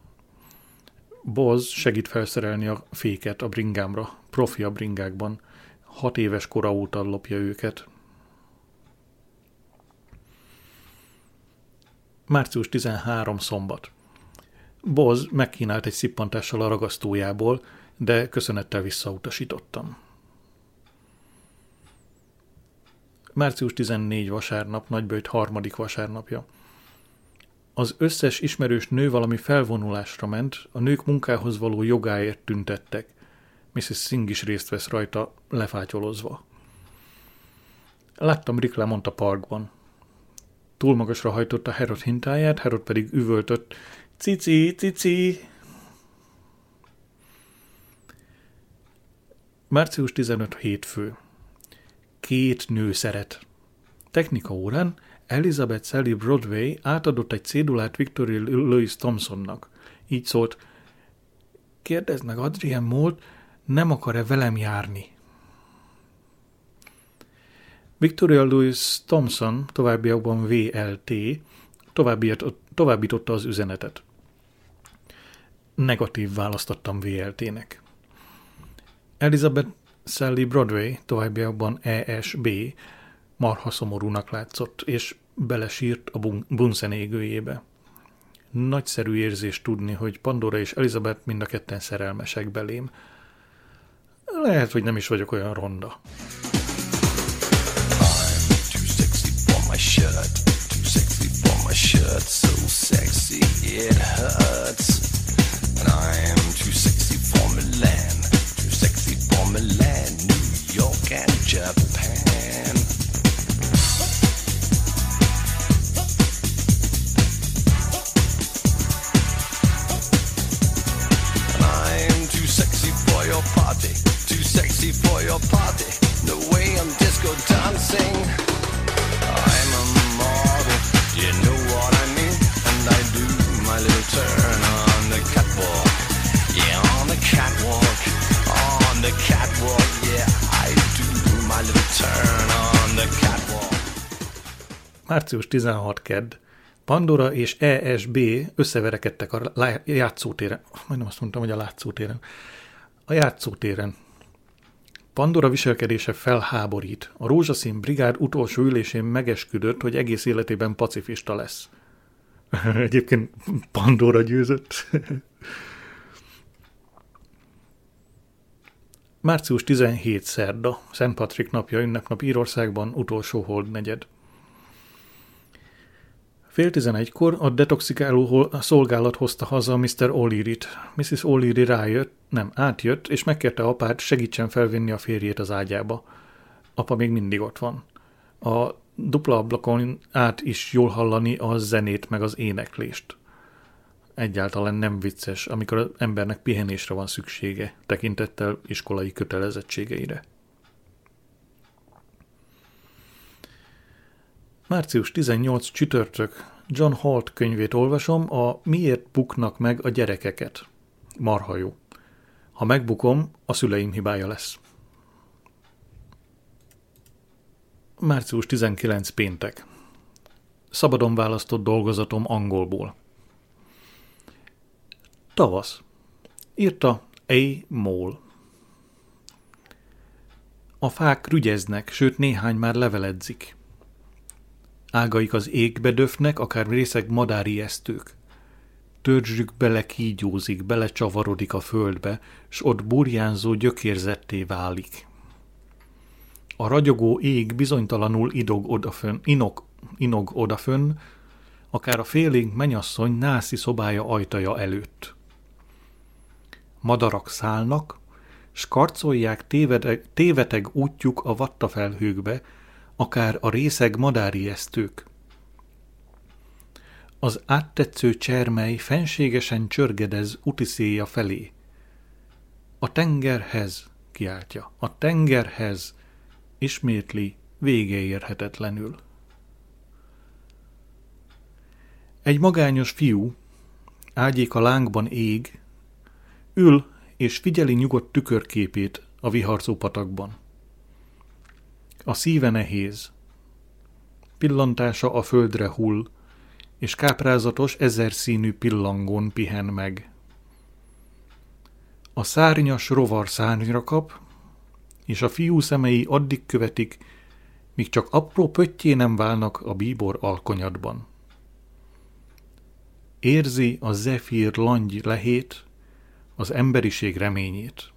A: Boz segít felszerelni a féket a bringámra, profi a bringákban. Hat éves kora óta lopja őket. március tizenharmadika szombat. Boz megkínált egy szippantással a ragasztójából, de köszönettel visszautasítottam. március tizennégyedike vasárnap, Nagyböjt harmadik vasárnapja. Az összes ismerős nő valami felvonulásra ment, a nők munkához való jogáért tüntettek. missziz Singh is részt vesz rajta, lefátyolozva. Láttam Rick Lemont a parkban. Túl magasra hajtotta Herod hintáját, Herod pedig üvöltött, cici, cici. március tizenötödike hétfő. Két nő szeret. Technika órán Elizabeth Sally Broadway átadott egy cédulát Victoria Louise Thompsonnak. Így szólt, kérdezd meg Adrian Moult, nem akar-e velem járni? Victoria Louise Thompson, továbbiakban vé el té, továbbította az üzenetet. Negatív választottam vé el té-nek. Elizabeth Sally Broadway, továbbiakban é es bé, marha szomorúnak látszott, és belesírt a Bunsen égőjébe. Nagyszerű érzés tudni, hogy Pandora és Elizabeth mind a ketten szerelmesek belém. Lehet, hogy nem is vagyok olyan ronda.
D: I'm too sexy for my shirt, too sexy for my shirt, so sexy it hurts. And I'm too sexy for Milan, too sexy for Milan, New York and Japan. Your party, too sexy for your party. No way I'm disco dancing. I'm a model, you know what I mean. And I do my little turn on the cat. catwalk. Yeah, I do my little turn on the catwalk.
A: március tizenhatodika kedd. Pandora és E S B összeverekedtek a lá- játszótéren. Majdnem azt mondtam, hogy a látszótéren. A játszótéren. Pandora viselkedése felháborít. A rózsaszín brigád utolsó ülésén megesküdött, hogy egész életében pacifista lesz. Egyébként Pandora győzött. március tizenhetedike szerda, Szent Patrik napja, ünnepnap Írországban, utolsó holdnegyed. Fél tizenegykor a detoxikáló szolgálat hozta haza miszter O'Learyt. missis O'Leary rájött, nem, átjött, és megkérte apát, segítsen felvinni a férjét az ágyába. Apa még mindig ott van. A dupla ablakon át is jól hallani a zenét meg az éneklést. Egyáltalán nem vicces, amikor az embernek pihenésre van szüksége, tekintettel iskolai kötelezettségeire. március tizennyolcadika csütörtök. John Holt könyvét olvasom, a Miért buknak meg a gyerekeket. Marha jó. Ha megbukom, a szüleim hibája lesz. március tizenkilencedike péntek. Szabadon választott dolgozatom angolból. Tavasz. Írta A. Moll. A fák rügyeznek, sőt néhány már leveledzik. Ágaik az égbe döfnek, akár részeg madárijesztők. Törzsük bele kígyózik, belecsavarodik a földbe, s ott burjánzó gyökérzetté válik. A ragyogó ég bizonytalanul idog odafönn, inog, inog odafönn, akár a félénk mennyasszony nászi szobája ajtaja előtt. Madarak szállnak, s karcolják tévedeg, téveteg útjuk a vattafelhőkbe, akár a részeg madárijesztők. Az áttetsző csermely fenségesen csörgedez utiszéja felé. A tengerhez, kiáltja, a tengerhez, ismétli végeérhetetlenül. Egy magányos fiú, ágyék a lángban ég, ül és figyeli nyugodt tükörképét a viharcó patakban. A szíve nehéz. Pillantása a földre hull, és káprázatos ezerszínű pillangón pihen meg. A szárnyas rovar szárnyra kap, és a fiú szemei addig követik, míg csak apró pöttyé nem válnak a bíbor alkonyatban. Érzi a zefír langy lehét, az emberiség reményét.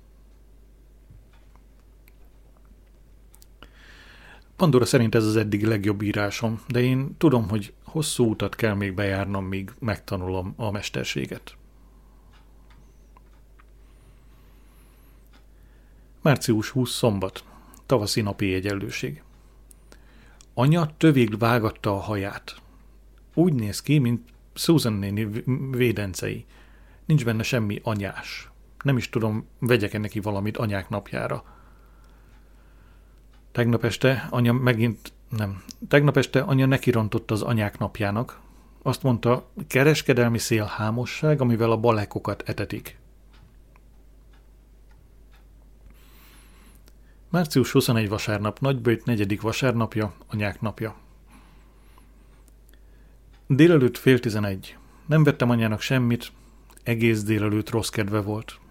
A: Pandora szerint ez az eddig legjobb írásom, de én tudom, hogy hosszú utat kell még bejárnom, míg megtanulom a mesterséget. március huszadika szombat. Tavaszi napi egyenlőség. Anya tövig vágatta a haját. Úgy néz ki, mint Susan néni védencei. Nincs benne semmi anyás. Nem is tudom, vegyek-e neki valamit anyák napjára. Tegnap este anya megint, nem, tegnap este anya nekirontott az anyák napjának. Azt mondta, kereskedelmi szélhámosság, amivel a balekokat etetik. március huszonegyedike vasárnap, Nagyböjt negyedik vasárnapja, anyák napja. Délelőtt fél tizenegy. Nem vettem anyának semmit, egész délelőtt rossz kedve volt.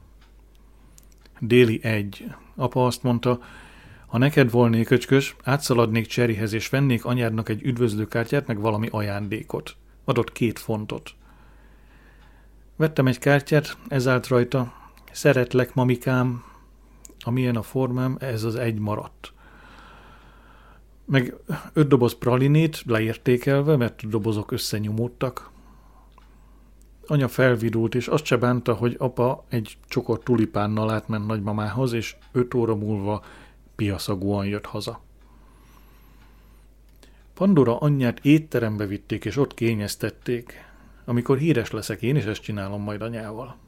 A: Déli egy. Apa azt mondta, ha neked volnék öcskös, átszaladnék Cserihez és vennék anyádnak egy üdvözlőkártyát, meg valami ajándékot. Adott két fontot. Vettem egy kártyát, ez állt rajta. Szeretlek, mamikám. Amilyen a formám, ez az egy maradt. Meg öt doboz pralinét leértékelve, mert a dobozok összenyomódtak. Anya felvidult, és azt se bánta, hogy apa egy csokor tulipánnal átment nagymamához, és öt óra múlva piaszagúan jött haza. Pandora anyját étterembe vitték, és ott kényeztették. Amikor híres leszek, én is ezt csinálom majd anyával.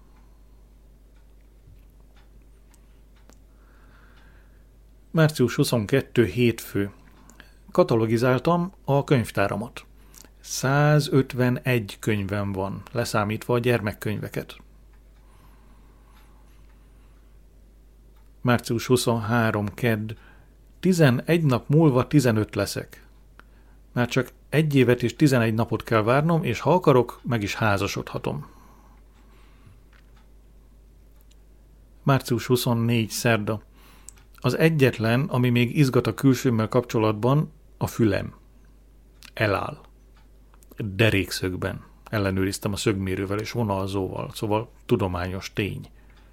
A: március huszonkettedike hétfő. Katalogizáltam a könyvtáramat. százötvenegy könyvem van, leszámítva a gyermekkönyveket. március huszonhárom kedd. tizenegy nap múlva tizenöt leszek. Már csak egy évet és tizenegy napot kell várnom, és ha akarok, meg is házasodhatom. március huszonnégy szerda. Az egyetlen, ami még izgat a külsőmmel kapcsolatban, a fülem. Eláll. Derékszögben. Ellenőriztem a szögmérővel és vonalzóval, szóval tudományos tény.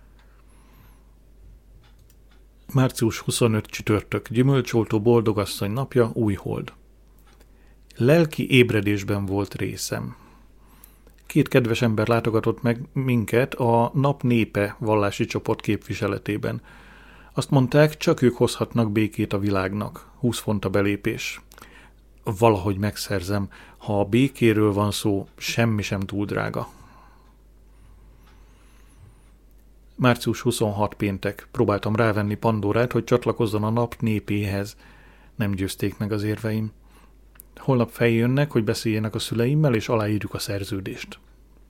A: március huszonöt csütörtök. Gyümölcsoltó boldogasszony napja, újhold. Lelki ébredésben volt részem. Két kedves ember látogatott meg minket a Nap Népe vallási csoport képviseletében. Azt mondták, csak ők hozhatnak békét a világnak. húsz font a belépés. Valahogy megszerzem. Ha a békéről van szó, semmi sem túl drága. március huszonhat péntek. Próbáltam rávenni Pandórát, hogy csatlakozzon a Nap Népéhez. Nem győzték meg az érveim. Holnap feljönnek, hogy beszéljenek a szüleimmel, és aláírjuk a szerződést.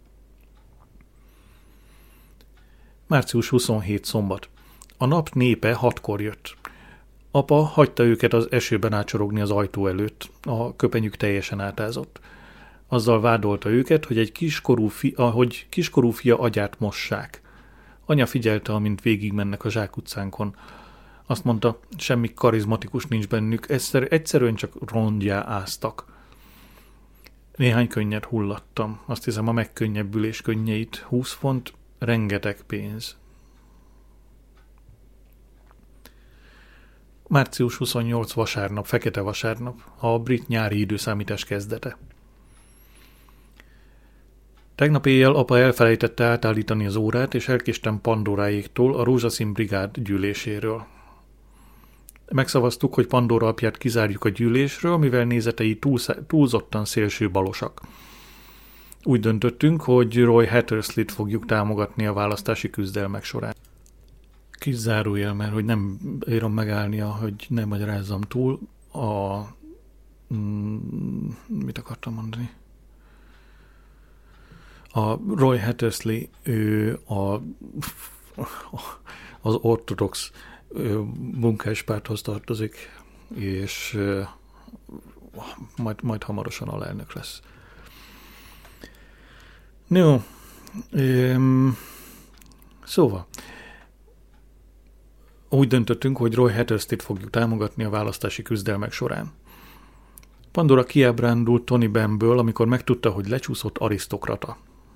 A: március huszonhét szombat. A Nap Népe hatkor jött. Apa hagyta őket az esőben ácsorogni az ajtó előtt, a köpenyük teljesen átázott. Azzal vádolta őket, hogy egy kiskorú, fi, ahogy kiskorú fia agyát mossák. Anya figyelte, amint végigmennek a zsákutcánkon. Azt mondta, semmi karizmatikus nincs bennük, egyszer, egyszerűen csak rongyá áztak. Néhány könnyet hullattam, azt hiszem a megkönnyebbülés könnyeit, húsz font, rengeteg pénz. március huszonnyolc vasárnap, fekete vasárnap, a brit nyári időszámítás kezdete. Tegnap éjjel apa elfelejtette átállítani az órát, és elkéstem Pandóráéktól a Rózsaszín brigád gyűléséről. Megszavaztuk, hogy Pandóra apját kizárjuk a gyűlésről, mivel nézetei túl, túlzottan szélsőbalosak. Úgy döntöttünk, hogy Roy Hattersley-t fogjuk támogatni a választási küzdelmek során. Kis zárójel, mert hogy nem érom megállnia, hogy ne magyarázzam túl a... Mm, mit akartam mondani? A Roy Hattersley, ő a, az ortodox munkáspárthoz tartozik, és majd, majd hamarosan alelnök lesz. Jó. Um, szóval, úgy döntöttünk, hogy Roy Hattersley-t fogjuk támogatni a választási küzdelmek során. Pandora kiábrándult Tony Bennből, amikor megtudta, hogy lecsúszott arisztokrata.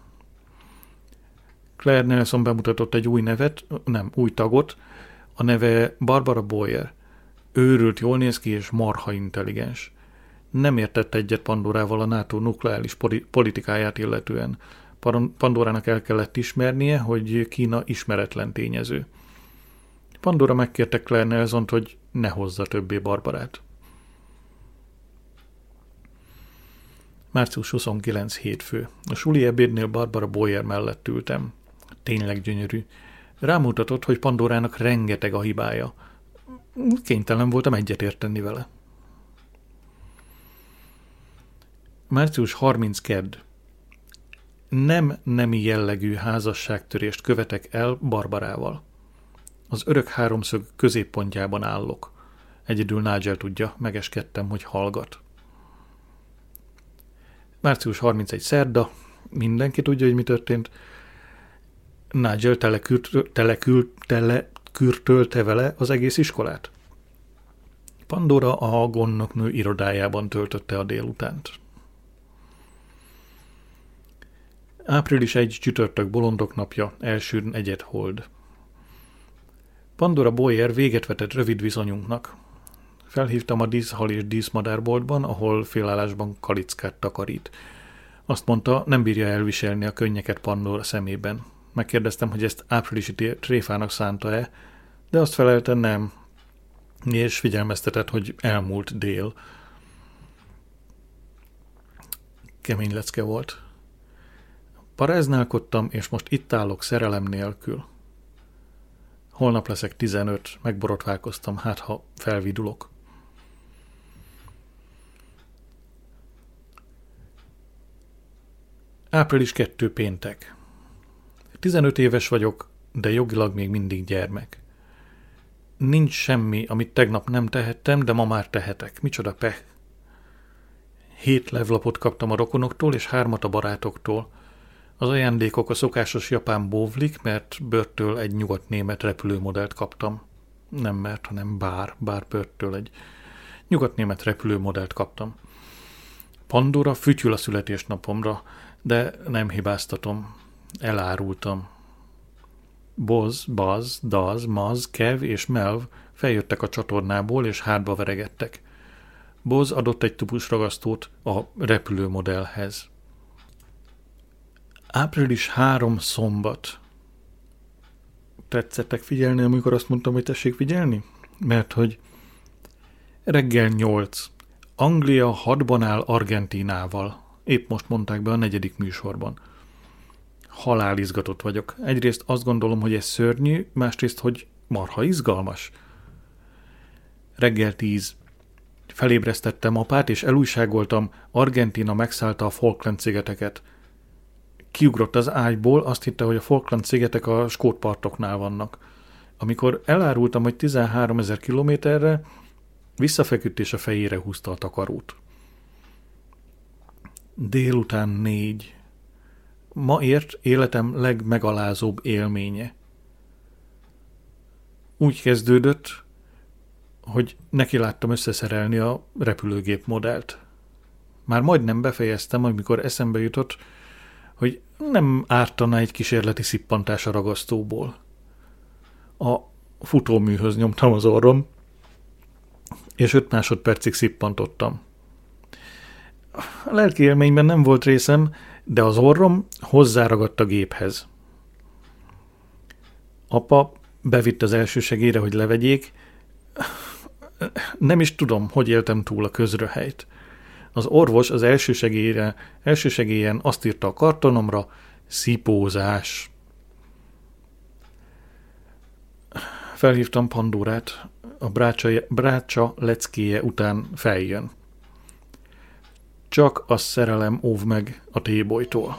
A: Claire Nelson bemutatott egy új nevet, nem, új tagot, a neve Barbara Boyer. Őrült, jól néz ki és marha intelligens. Nem értett egyet Pandorával a NATO nukleáris politikáját illetően. Pandorának el kellett ismernie, hogy Kína ismeretlen tényező. Pandora megkérte Claire Nelsont, hogy ne hozza többé Barbarát. március huszonkilenc hétfő. A suli ebédnél Barbara Boyer mellett ültem. Tényleg gyönyörű. Rámutatott, hogy Pandorának rengeteg a hibája. Kénytelen voltam egyetérteni vele. március harmincadika kedd. Nem nemi jellegű házasságtörést követek el Barbarával. Az örök háromszög középpontjában állok. Egyedül Nigel tudja, megeskedtem, hogy hallgat. március harmincegyedike szerda. Mindenki tudja, hogy mi történt. Nigel telekürtölte vele az egész iskolát. Pandora a gondnoknő irodájában töltötte a délutánt. április elsején csütörtök bolondok napja, első negyed hold. Pandora Boyer véget vetett rövid viszonyunknak. Felhívtam a díszhal és díszmadárboltban, ahol félállásban kalickát takarít. Azt mondta, nem bírja elviselni a könnyeket Pandora szemében. Megkérdeztem, hogy ezt áprilisi tréfának szánta-e, de azt felelte nem, és figyelmeztetett, hogy elmúlt dél. Kemény lecke volt. Paráználkodtam, és most itt állok szerelem nélkül. Holnap leszek tizenöt, megborotválkoztam, hát ha felvidulok. április kettő péntek. tizenöt éves vagyok, de jogilag még mindig gyermek. Nincs semmi, amit tegnap nem tehettem, de ma már tehetek. Micsoda peh. Hét levlapot kaptam a rokonoktól, és hármat a barátoktól. Az ajándékok a szokásos japán bóvlik, mert bőrtől egy nyugat-német repülőmodellt kaptam. Nem mert, hanem bár, bár bőrtől egy nyugat-német repülőmodellt kaptam. Pandora fütyül a születésnapomra, de nem hibáztatom. Elárultam. Boz, Buzz, Daz, Maz, Kev és Melv feljöttek a csatornából, és hátba veregettek. Boz adott egy tubusragasztót a repülőmodellhez. Április harmadika szombat. Tetszettek figyelni, amikor azt mondtam, hogy tessék figyelni? Mert hogy reggel nyolc. Anglia hadban áll Argentínával. Épp most mondták be a negyedik műsorban. Halálizgatott vagyok. Egyrészt azt gondolom, hogy ez szörnyű, másrészt, hogy marha izgalmas. Reggel tíz. Felébresztettem apát, és elújságoltam, Argentína megszállta a Falkland-szigeteket. Kiugrott az ágyból, azt hitte, hogy a Falkland-szigetek a skót partoknál vannak. Amikor elárultam, hogy tizenháromezer kilométerre, visszafeküdt és a fejére húzta a takarót. Délután négy. Ma ért életem legmegalázóbb élménye. Úgy kezdődött, hogy neki láttam összeszerelni a repülőgép modellt. Már majdnem befejeztem, amikor eszembe jutott, hogy nem ártana egy kísérleti szippantás a ragasztóból. A futóműhöz nyomtam az orrom, és öt másodpercig szippantottam. A lelki élményben nem volt részem, de az orrom hozzáragadt a géphez. Apa bevitt az elsősegélyre, hogy levegyék. Nem is tudom, hogy éltem túl a közröhelyt. Az orvos az elsősegélyre, elsősegélyen azt írta a kartonomra, szipózás. Felhívtam Pandórát, a brácsa, brácsa leckéje után feljön. Csak a szerelem óv meg a tébolytól.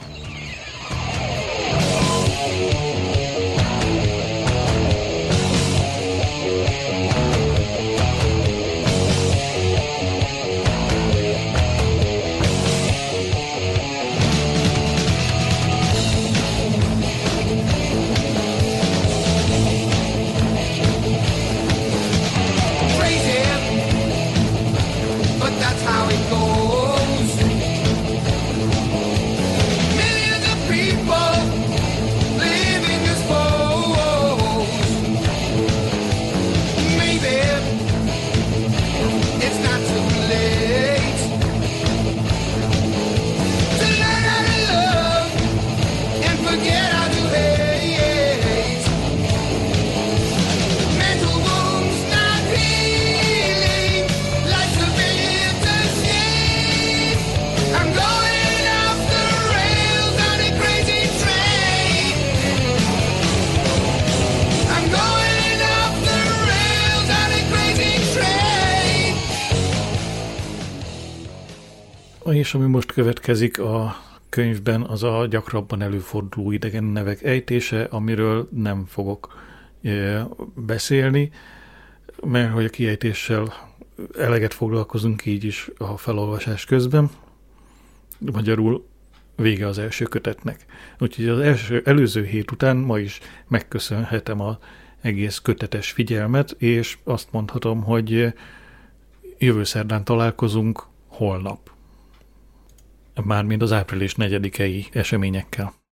A: És ami most következik a könyvben, az a gyakrabban előforduló idegen nevek ejtése, amiről nem fogok e, beszélni, mert hogy a kiejtéssel eleget foglalkozunk így is a felolvasás közben. Magyarul vége az első kötetnek. Úgyhogy az első, előző hét után ma is megköszönhetem az egész kötetes figyelmet, és azt mondhatom, hogy jövő szerdán találkozunk holnap. Mármint az április negyedikei eseményekkel.